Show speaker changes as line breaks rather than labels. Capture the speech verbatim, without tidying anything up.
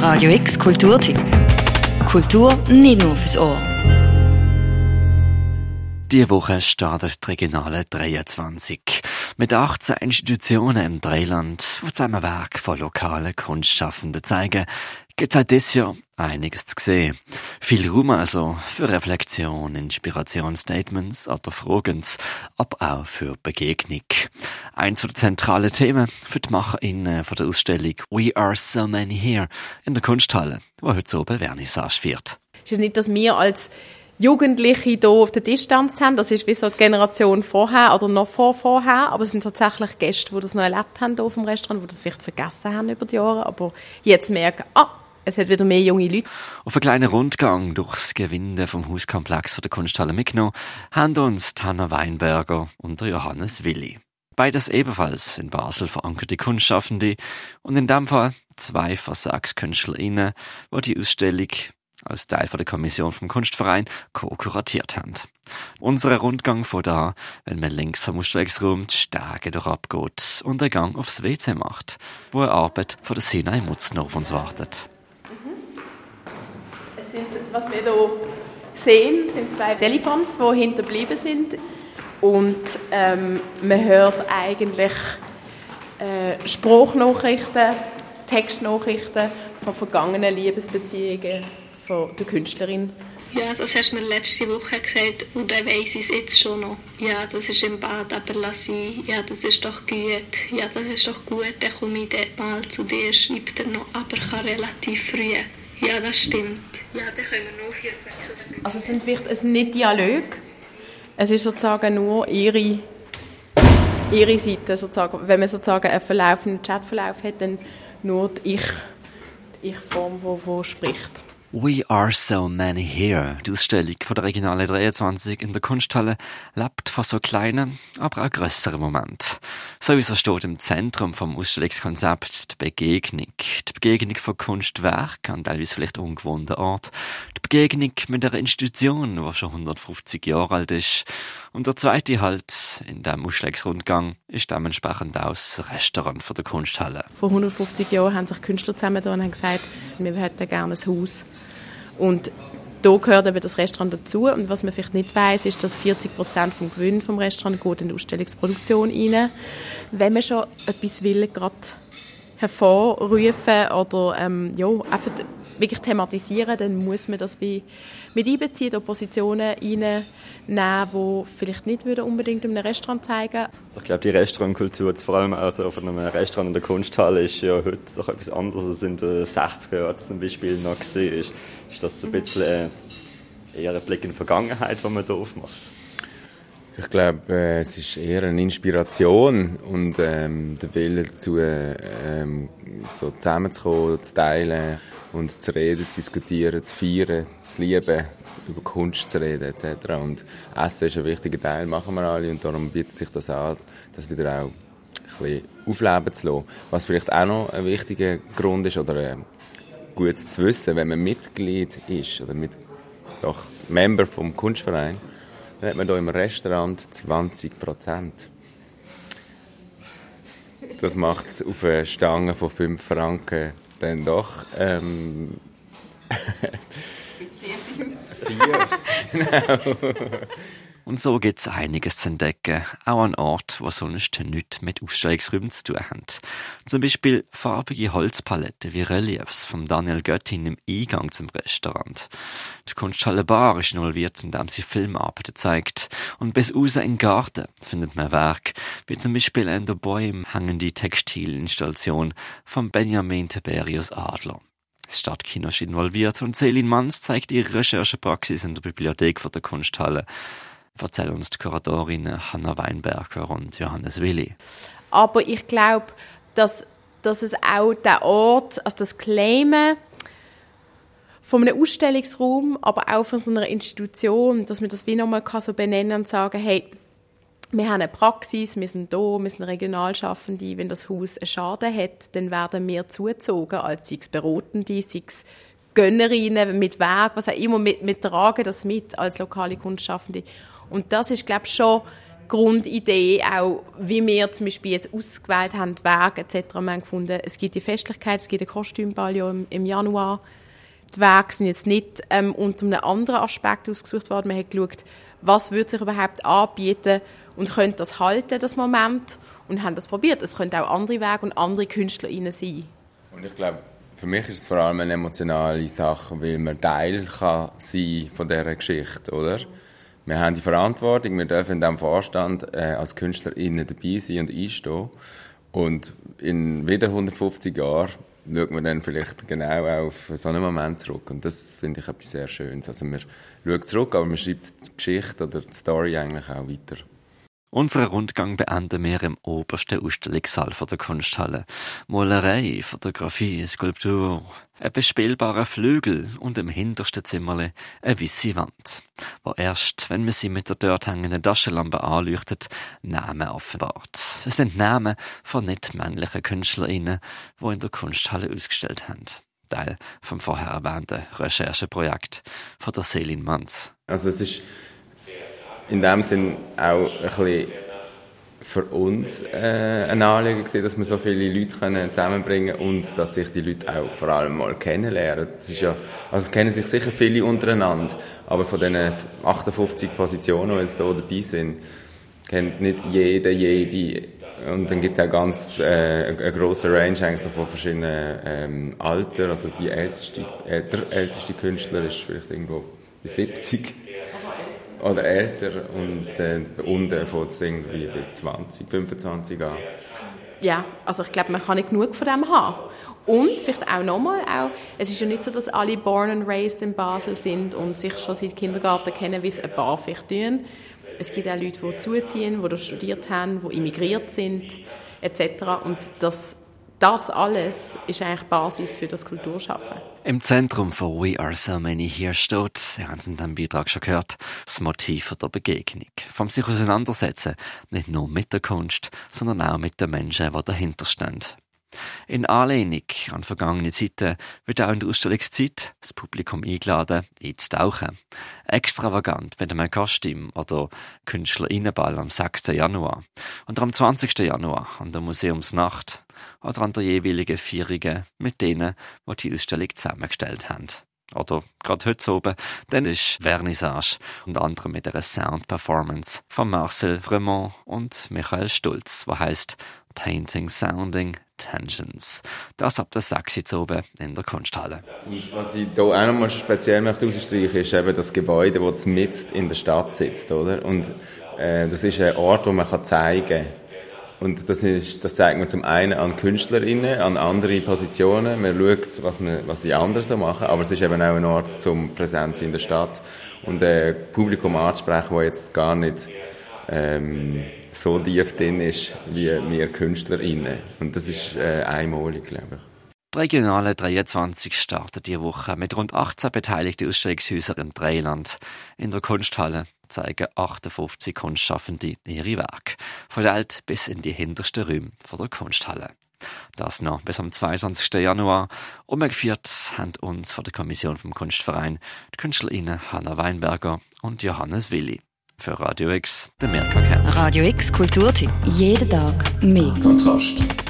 Radio X Kulturtipp. Kultur nicht nur fürs Ohr.
Diese Woche startet die Regionale dreiundzwanzig mit achtzehn Institutionen im Dreiland, die zusammen Werke von lokalen Kunstschaffenden zeigen. Gibt es auch dieses Jahr einiges zu sehen. Viel Raum also für Reflexion, Inspirationsstatements oder Fragen, aber auch für Begegnung. Eins der zentralen Themen für die MacherInnen von der Ausstellung «We are so many here» in der Kunsthalle, die heute oben Vernissage feiert.
Es ist nicht, dass wir als Jugendliche hier auf der Distanz haben. Das ist wie so die Generation vorher oder noch vor vorher. Aber es sind tatsächlich Gäste, die das noch erlebt haben hier auf dem Restaurant, die das vielleicht vergessen haben über die Jahre. Aber jetzt merken, ah, es hat wieder mehr junge Leute.
Auf einen kleinen Rundgang durchs Gewinde vom Hauskomplex von der Kunsthalle mitgenommen haben uns Hanna Weinberger und Johannes Willi. Beides ebenfalls in Basel verankerte Kunstschaffende und in dem Fall zwei von sechs KünstlerInnen, die die Ausstellung als Teil der Kommission vom Kunstverein co-kuratiert haben. Unser Rundgang von da, wenn man links vom Ausstellungsraum die Stege durchabgeht und einen Gang aufs W C macht, wo eine Arbeit von der Sinai Mutzner auf uns wartet.
Es sind, was wir hier sehen, sind zwei Telefone, die hinterblieben sind. Und ähm, man hört eigentlich äh, Sprachnachrichten, Textnachrichten von vergangenen Liebesbeziehungen von der Künstlerin.
Ja, das hast du mir letzte Woche gesagt und dann weiss ich es jetzt schon noch. Ja, das ist im Bad, aber lass sein. Ja, das ist doch gut. Ja, das ist doch gut, dann komme ich dort mal zu dir, schreibt er noch, aber kann relativ früh. Ja, das stimmt. Ja, dann können wir noch vier Wechseln.
Also es sind vielleicht, es sind nicht Dialoge, es ist sozusagen nur ihre, ihre Seite. Sozusagen. Wenn man sozusagen einen verlaufenden Chatverlauf hat, dann nur die Ich, die Ich-Form, die, die spricht.
«We are so many here». Die Ausstellung von der Regionale dreiundzwanzig in der Kunsthalle lebt von so kleinen, aber auch grösseren Momenten. Sowieso steht im Zentrum vom Ausstellungskonzept die Begegnung. Die Begegnung von Kunstwerken an teilweise vielleicht ungewohnten Ort. Die Begegnung mit einer Institution, die schon hundertfünfzig Jahre alt ist. Und der zweite halt in diesem Ausstellungsrundgang ist dementsprechend auch das Restaurant von der Kunsthalle.
Vor hundertfünfzig Jahren haben sich Künstler zusammengetan und haben gesagt, wir hätten gerne ein Haus. Und da gehört eben das Restaurant dazu. Und was man vielleicht nicht weiss, ist, dass vierzig Prozent vom Gewinn vom Restaurant geht in die Ausstellungsproduktion rein. Wenn man schon etwas will, gerade hervorrufen oder ähm, ja, einfach wirklich thematisieren, dann muss man das wie mit einbeziehen, da Positionen reinnehmen, die vielleicht nicht unbedingt in einem Restaurant zeigen.
Also ich glaube, die Restaurantkultur, vor allem also von einem Restaurant in der Kunsthalle, ist ja heute doch etwas anderes, als in den sechziger Jahren zum Beispiel noch gesehen ist. Ist das ein bisschen äh, eher ein Blick in die Vergangenheit, den man hier aufmacht?
Ich glaube, äh, es ist eher eine Inspiration und ähm, der Wille dazu, ähm, so zusammenzukommen, zu teilen und zu reden, zu diskutieren, zu feiern, zu lieben, über Kunst zu reden et cetera. Und Essen ist ein wichtiger Teil, machen wir alle und darum bietet sich das an, das wieder auch ein bisschen aufleben zu lassen. Was vielleicht auch noch ein wichtiger Grund ist oder äh, gut zu wissen, wenn man Mitglied ist oder mit, doch Member vom Kunstverein, dann hat man hier im Restaurant zwanzig Prozent. Das macht auf eine Stange von fünf Franken dann doch ähm, vier. Genau.
Und so gibt es einiges zu entdecken, auch an Orten, die sonst nichts mit Ausstellungsräumen zu tun haben. Zum Beispiel farbige Holzpaletten wie Reliefs von Daniel Göttin im Eingang zum Restaurant. Die Kunsthalle Bar ist involviert, indem sie Filmarbeiten zeigt. Und bis raus in den Garten findet man Werke, wie zum Beispiel an den Bäumen hängende Textilinstallation von Benjamin Tiberius Adler. Das Stadtkino ist involviert und Céline Manz zeigt ihre Recherchepraxis in der Bibliothek von der Kunsthalle. Erzählen uns die Kuratorinnen Hanna Weinberger und Johannes Willi.
Aber ich glaube, dass, dass es auch der Ort, also das Claimen von einem Ausstellungsraum, aber auch von so einer Institution, dass man das wie nochmal so benennen und sagen, hey, wir haben eine Praxis, wir sind da, wir sind Regionalschaffende. Wenn das Haus einen Schaden hat, dann werden wir zugezogen, als sei es Beratende, sei es Gönnerinnen mit Werk, was auch immer, mit, mit tragen das mit als lokale Kunstschaffende. Und das ist, glaube ich, schon Grundidee, auch wie wir zum Beispiel jetzt ausgewählt haben, Wege et cetera. Wir haben gefunden, es gibt die Festlichkeit, es gibt den Kostümball ja im, im Januar. Die Wege sind jetzt nicht ähm, unter einem anderen Aspekt ausgesucht worden. Man hat geschaut, was würde sich überhaupt anbieten und könnte das halten, das Moment, und haben das probiert. Es können auch andere Wege und andere KünstlerInnen sein.
Und ich glaube, für mich ist es vor allem eine emotionale Sache, weil man Teil kann sein von dieser Geschichte, oder? Wir haben die Verantwortung, wir dürfen in diesem Vorstand äh, als KünstlerInnen dabei sein und einstehen. Und in wieder hundertfünfzig Jahren schaut man dann vielleicht genau auf so einen Moment zurück. Und das finde ich etwas sehr Schönes. Also man schaut zurück, aber man schreibt die Geschichte oder die Story eigentlich auch weiter.
Unseren Rundgang beenden wir im obersten Ausstellungssaal von der Kunsthalle. Malerei, Fotografie, Skulptur, ein bespielbarer Flügel und im hintersten Zimmerle eine weisse Wand, wo erst, wenn man sie mit der dort hängenden Taschenlampe anleuchtet, Namen offenbart. Es sind Namen von nicht männlichen KünstlerInnen, die in der Kunsthalle ausgestellt haben. Teil vom vorher erwähnten Rechercheprojekt von der Selin Manz.
Also es ist in dem Sinn auch ein bisschen für uns äh, ein Anliegen gewesen, dass wir so viele Leute können zusammenbringen können und dass sich die Leute auch vor allem mal kennenlernen. Das ist ja, also es kennen sich sicher viele untereinander, aber von diesen achtundfünfzig Positionen, die jetzt hier dabei sind, kennt nicht jeder, jede. Und dann gibt es auch ganz äh, eine grosse Range eigentlich so von verschiedenen ähm, Alter. Also die älteste, älter, älteste Künstler ist vielleicht irgendwo bei siebzig. Oder älter und äh, unten fängt es irgendwie bei zwanzig, fünfundzwanzig an.
Ja, also ich glaube, man kann nicht genug von dem haben. Und vielleicht auch nochmal, auch, es ist ja nicht so, dass alle born and raised in Basel sind und sich schon seit Kindergarten kennen, wie es ein paar vielleicht tun. Es gibt auch Leute, die zuziehen, die das studiert haben, die immigriert sind, et cetera. Und das, das alles ist eigentlich die Basis für das Kulturschaffen.
Im Zentrum von We Are So Many Here steht, Sie haben es in diesem Beitrag schon gehört, das Motiv der Begegnung. Vom sich auseinandersetzen, nicht nur mit der Kunst, sondern auch mit den Menschen, die dahinter stehen. In Anlehnung an vergangene Zeiten wird auch in der Ausstellungszeit das Publikum eingeladen, einzutauchen. Extravagant mit einem Kostüm oder KünstlerInnenball am sechsten Januar oder am zwanzigsten Januar an der Museumsnacht oder an der jeweiligen Feierung mit denen, die die Ausstellung zusammengestellt haben. Oder gerade heute oben, dann ist Vernissage, unter anderem mit einer Sound-Performance von Marcel Fremont und Michael Stulz, die heisst Painting Sounding Tensions. Das ab der sechs Uhr oben in der Kunsthalle.
Und was ich hier auch nochmal speziell möchte herausstreichen, ist eben das Gebäude, das mitten in der Stadt sitzt, oder? Und äh, das ist ein Ort, wo man kann zeigen kann. Und das, ist, das zeigt man zum einen an KünstlerInnen, an andere Positionen. Man schaut, was, man, was die anderen so machen. Aber es ist eben auch ein Ort zum Präsenz in der Stadt. Und ein Publikum anzusprechen, das jetzt gar nicht ähm, so tief drin ist, wie wir KünstlerInnen. Und das ist äh, einmalig, glaube ich.
Die Regionale dreiundzwanzig startet diese Woche mit rund achtzehn beteiligten Ausstellungshäusern im Dreiland. In der Kunsthalle zeigen achtundfünfzig Kunstschaffende ihre Werke, von der Alt bis in die hintersten Räume von der Kunsthalle. Das noch bis am zweiundzwanzigsten Januar. Umgeführt haben uns von der Kommission vom Kunstverein die KünstlerInnen Hanna Weinberger und Johannes Willi. Für Radio X, der Mirka Kern.
Radio X Kulturtipp. Jeden Tag mehr.
Kontrast.